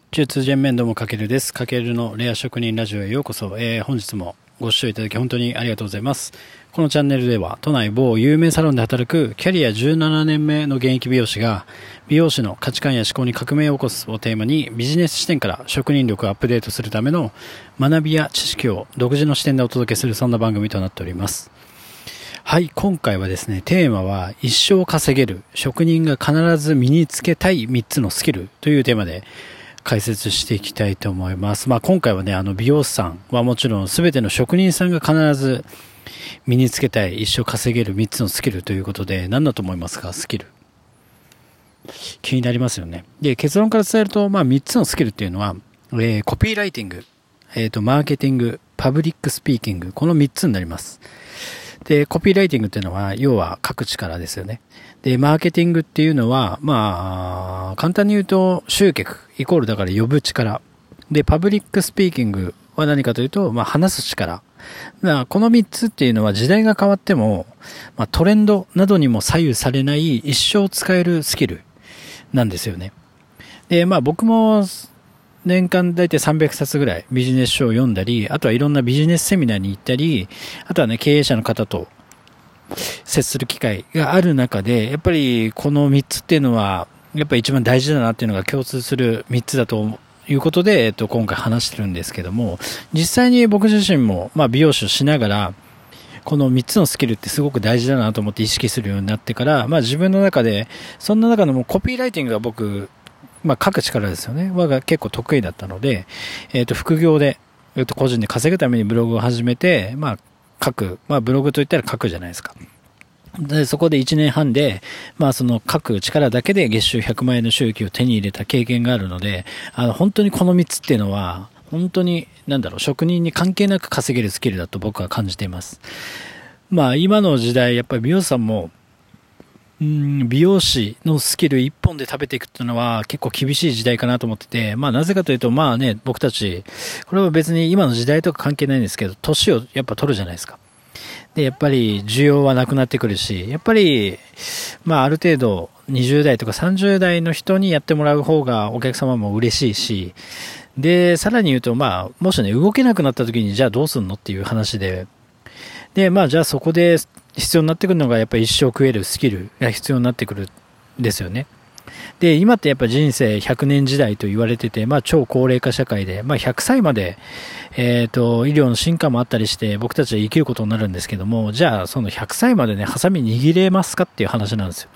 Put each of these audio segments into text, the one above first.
中通全面どうもかけるです。かけるのレア職人ラジオへようこそ。本日もご視聴いただき本当にありがとうございます。このチャンネルでは都内某有名サロンで働くキャリア17年目の現役美容師が美容師の価値観や思考に革命を起こすをテーマにビジネス視点から職人力をアップデートするための学びや知識を独自の視点でお届けするそんな番組となっております。はい、今回はですね、テーマは一生稼げる職人が必ず身につけたい3つのスキルというテーマで解説していきたいと思います。今回はね、美容師さんはもちろん全ての職人さんが必ず身につけたい一生稼げる3つのスキルということで、何だと思いますか？スキル。気になりますよね。で、結論から伝えると、3つのスキルっていうのは、コピーライティング、マーケティング、パブリックスピーキング、この3つになります。で、コピーライティングっていうのは、要は書く力ですよね。で、マーケティングっていうのは、簡単に言うと、集客、イコールだから呼ぶ力。で、パブリックスピーキングは何かというと、話す力。だからこの3つっていうのは時代が変わっても、トレンドなどにも左右されない一生使えるスキルなんですよね。で、僕も年間だいたい300冊ぐらいビジネス書を読んだり、あとはいろんなビジネスセミナーに行ったり、あとはね、経営者の方と接する機会がある中で、やっぱりこの3つっていうのは、やっぱり一番大事だなっていうのが共通する3つだということで、今回話してるんですけども、実際に僕自身も、美容師をしながら、この3つのスキルってすごく大事だなと思って意識するようになってから、自分の中で、そんな中でもコピーライティングが僕、書く力ですよね。が結構得意だったので、副業で、個人で稼ぐためにブログを始めて、書く。ブログといったら書くじゃないですか。で、そこで1年半で、その書く力だけで月収100万円の収益を手に入れた経験があるので、本当にこの3つっていうのは、本当に、職人に関係なく稼げるスキルだと僕は感じています。今の時代、やっぱり美容師さんも、美容師のスキル一本で食べていくっていうのは結構厳しい時代かなと思ってて、なぜかというと、僕たち、これは別に今の時代とか関係ないんですけど、年をやっぱ取るじゃないですか。で、やっぱり需要はなくなってくるし、やっぱり、ある程度20代とか30代の人にやってもらう方がお客様も嬉しいし、で、さらに言うと、もしね、動けなくなった時にじゃあどうすんのっていう話で、で、じゃあそこで必要になってくるのがやっぱり一生食えるスキルが必要になってくるんですよね。で、今ってやっぱ人生100年時代と言われてて、超高齢化社会で、100歳まで、医療の進化もあったりして、僕たちは生きることになるんですけども、じゃあその100歳までね、ハサミ握れますかっていう話なんですよ。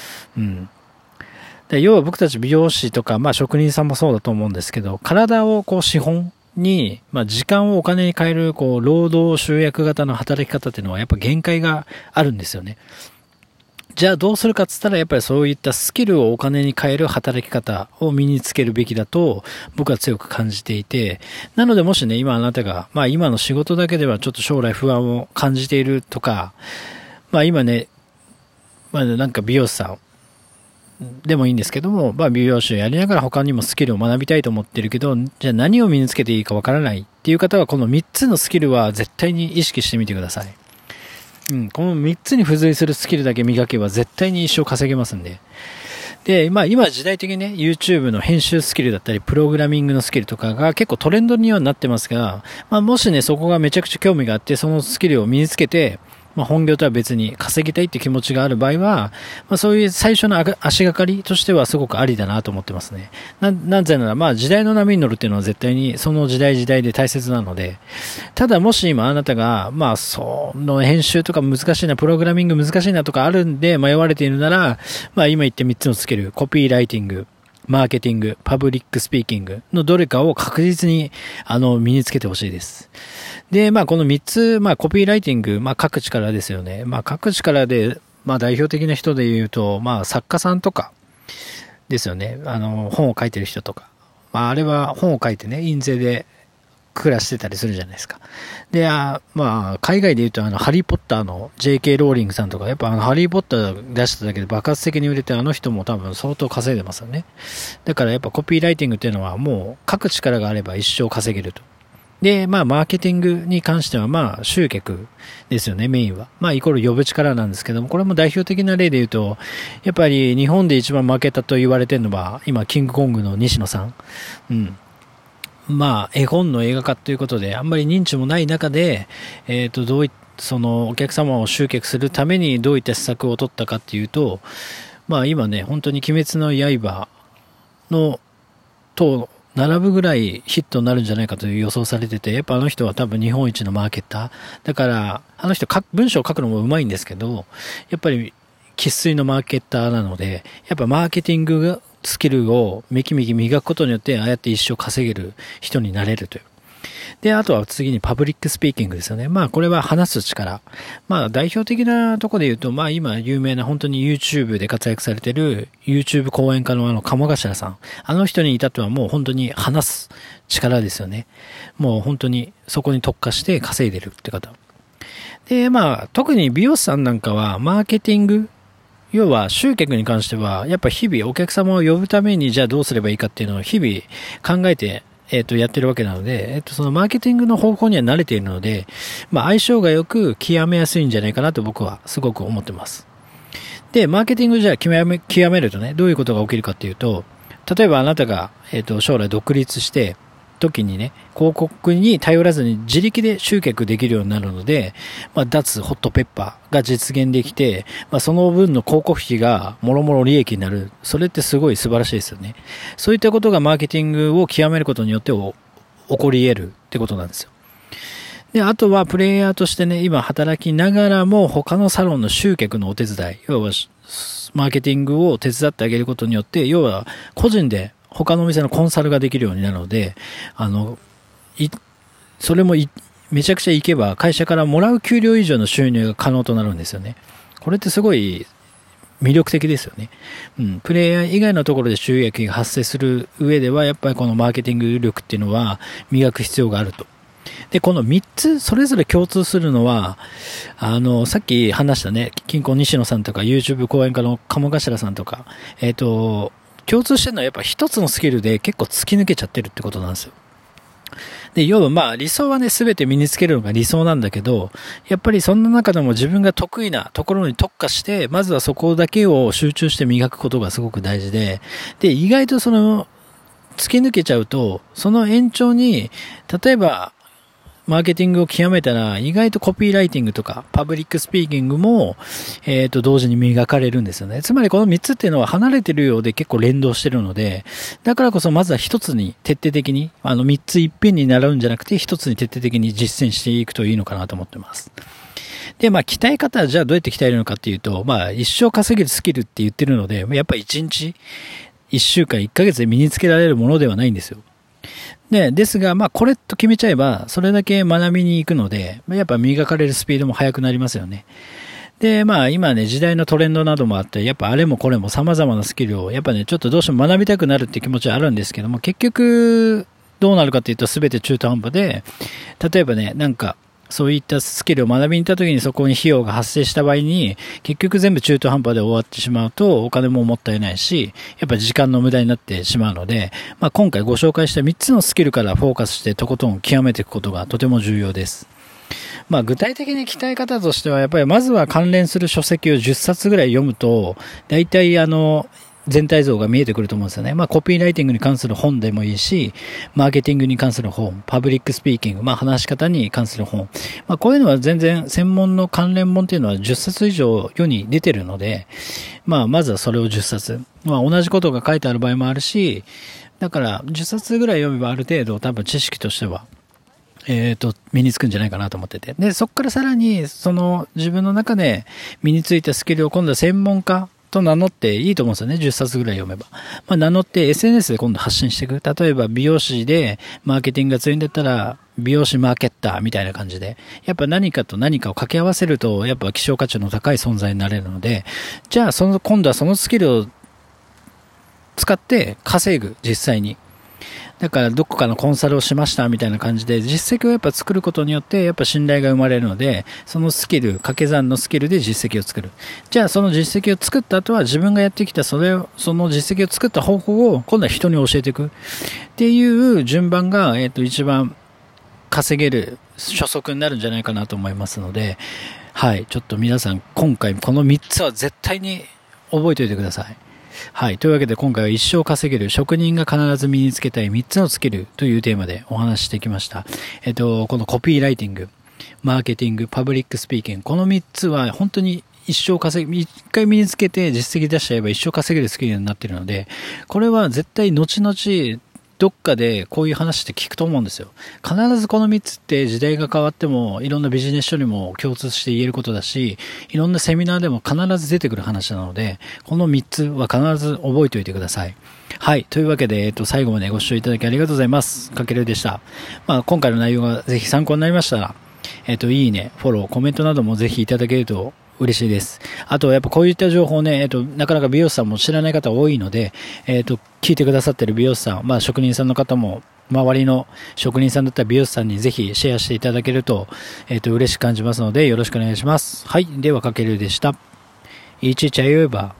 で、要は僕たち美容師とか、職人さんもそうだと思うんですけど、体を資本に、時間をお金に変える、労働集約型の働き方っていうのはやっぱ限界があるんですよね。じゃあどうするかって言ったらやっぱりそういったスキルをお金に変える働き方を身につけるべきだと僕は強く感じていて、なのでもしね、今あなたが、今の仕事だけではちょっと将来不安を感じているとか、今ね、美容師さんでもいいんですけども、美容師をやりながら他にもスキルを学びたいと思ってるけど、じゃあ何を身につけていいかわからないっていう方はこの3つのスキルは絶対に意識してみてください。この3つに付随するスキルだけ磨けば絶対に一生稼げますんで。で、今時代的にね、YouTube の編集スキルだったり、プログラミングのスキルとかが結構トレンドにはなってますが、もしね、そこがめちゃくちゃ興味があって、そのスキルを身につけて、本業とは別に稼ぎたいって気持ちがある場合は、そういう最初の足がかりとしてはすごくありだなと思ってますね。なぜなら、時代の波に乗るっていうのは絶対にその時代時代で大切なので、ただもし今あなたが、その編集とか難しいな、プログラミング難しいなとかあるんで迷われているなら、今言って3つのスキル、コピーライティング、マーケティング、パブリックスピーキングのどれかを確実に身につけてほしいです。で、この3つ、コピーライティング、書く力ですよね。書く力で、代表的な人で言うと、作家さんとかですよね。本を書いてる人とか。あれは本を書いてね、印税で暮らしてたりするじゃないですか。で、海外で言うとハリーポッターの JK ローリングさんとか、やっぱハリーポッター出しただけで爆発的に売れて、あの人も多分相当稼いでますよね。だからやっぱコピーライティングっていうのはもう書く力があれば一生稼げるとで、マーケティングに関しては、集客ですよね、メインは。イコール呼ぶ力なんですけども、これも代表的な例で言うと、やっぱり日本で一番負けたと言われてるのは、今、キングコングの西野さん。絵本の映画化ということで、あんまり認知もない中で、そのお客様を集客するためにどういった施策を取ったかっていうと、今ね、本当に鬼滅の刃のと並ぶぐらいヒットになるんじゃないかという予想されてて、やっぱあの人は多分日本一のマーケッター。だから、あの人文章を書くのもうまいんですけど、やっぱり生粋のマーケッターなので、やっぱマーケティングスキルをめきめき磨くことによって、ああやって一生稼げる人になれるという。で、あとは次にパブリックスピーキングですよね。これは話す力。代表的なところで言うと、今有名な本当に YouTube で活躍されている YouTube 講演家の鴨頭さん。あの人に至ってはもう本当に話す力ですよね。もう本当にそこに特化して稼いでるって方。で、特に美容師さんなんかはマーケティング、要は集客に関しては、やっぱ日々お客様を呼ぶためにじゃあどうすればいいかっていうのを日々考えてやってるわけなので、そのマーケティングの方法には慣れているので、相性がよく極めやすいんじゃないかなと僕はすごく思ってます。で、マーケティングじゃあ極めるとね、どういうことが起きるかっていうと、例えばあなたが、将来独立して時にね、広告に頼らずに自力で集客できるようになるので、脱ホットペッパーが実現できて、その分の広告費がもろもろ利益になる。それってすごい素晴らしいですよね。そういったことがマーケティングを極めることによって起こり得るってことなんですよ。で、あとはプレイヤーとしてね、今働きながらも他のサロンの集客のお手伝い、要はマーケティングを手伝ってあげることによって、要は個人で他のお店のコンサルができるようになるので、それもめちゃくちゃ行けば会社からもらう給料以上の収入が可能となるんですよね。これってすごい魅力的ですよね。プレイヤー以外のところで収益が発生する上では、やっぱりこのマーケティング力っていうのは磨く必要があると。で、この3つそれぞれ共通するのは、さっき話したね、金庫西野さんとか YouTube 講演家の鴨頭さんとか、共通してるのはやっぱ一つのスキルで結構突き抜けちゃってるってことなんですよ。で、要は理想はね、すべて身につけるのが理想なんだけど、やっぱりそんな中でも自分が得意なところに特化して、まずはそこだけを集中して磨くことがすごく大事で、で、意外と突き抜けちゃうと、その延長に、例えば、マーケティングを極めたら、意外とコピーライティングとか、パブリックスピーキングも、同時に磨かれるんですよね。つまりこの3つっていうのは離れてるようで結構連動してるので、だからこそまずは一つに徹底的に、3ついっぺんに習うんじゃなくて、一つに徹底的に実践していくといいのかなと思ってます。で、鍛え方はじゃあどうやって鍛えるのかっていうと、一生稼げるスキルって言ってるので、やっぱり1日、1週間、1ヶ月で身につけられるものではないんですよ。ですが、これと決めちゃえば、それだけ学びに行くので、やっぱ磨かれるスピードも速くなりますよね。で、今ね、時代のトレンドなどもあって、やっぱあれもこれも様々なスキルを、やっぱね、ちょっとどうしても学びたくなるって気持ちはあるんですけども、結局、どうなるかっていうと全て中途半端で、例えばね、そういったスキルを学びに行った時にそこに費用が発生した場合に、結局全部中途半端で終わってしまうとお金ももったいないし、やっぱ時間の無駄になってしまうので、今回ご紹介した3つのスキルからフォーカスしてとことん極めていくことがとても重要です。具体的に鍛え方としては、やっぱりまずは関連する書籍を10冊ぐらい読むと、大体全体像が見えてくると思うんですよね。コピーライティングに関する本でもいいし、マーケティングに関する本、パブリックスピーキング、話し方に関する本。こういうのは全然専門の関連本っていうのは10冊以上世に出てるので、まずはそれを10冊。同じことが書いてある場合もあるし、だから10冊ぐらい読めばある程度多分知識としては、身につくんじゃないかなと思ってて。で、そこからさらに、自分の中で身についたスキルを今度は専門家、と名乗っていいと思うんですよね。10冊ぐらい読めば。名乗って SNS で今度発信していく。例えば美容師でマーケティングが強いんだったら、美容師マーケッターみたいな感じで。やっぱ何かと何かを掛け合わせると、やっぱ希少価値の高い存在になれるので、じゃあ今度はそのスキルを使って稼ぐ、実際に。だからどこかのコンサルをしましたみたいな感じで実績をやっぱ作ることによってやっぱ信頼が生まれるので、そのスキル、掛け算のスキルで実績を作る。じゃあその実績を作った後は自分がやってきたその実績を作った方法を今度は人に教えていくっていう順番が一番稼げる初速になるんじゃないかなと思いますので、はい、ちょっと皆さん今回この3つは絶対に覚えておいてください。はい。というわけで今回は一生稼げる職人が必ず身につけたい3つのスキルというテーマでお話ししてきました。このコピーライティング、マーケティング、パブリックスピーキング、この3つは本当に一回身につけて実績出しちゃえば一生稼げるスキルになっているので、これは絶対後々どっかでこういう話って聞くと思うんですよ。必ずこの3つって時代が変わってもいろんなビジネス書にも共通して言えることだし、いろんなセミナーでも必ず出てくる話なので、この3つは必ず覚えておいてください。はい。というわけで、最後までご視聴いただきありがとうございます。かけるでした。今回の内容がぜひ参考になりましたら、いいね、フォロー、コメントなどもぜひいただけると嬉しいです。あと、やっぱこういった情報ね、なかなか美容師さんも知らない方多いので、聞いてくださっている美容師さん、職人さんの方も、周りの職人さんだったら美容師さんにぜひシェアしていただけると、嬉しく感じますので、よろしくお願いします。はい。では、かけるでした。いちちゃよいば。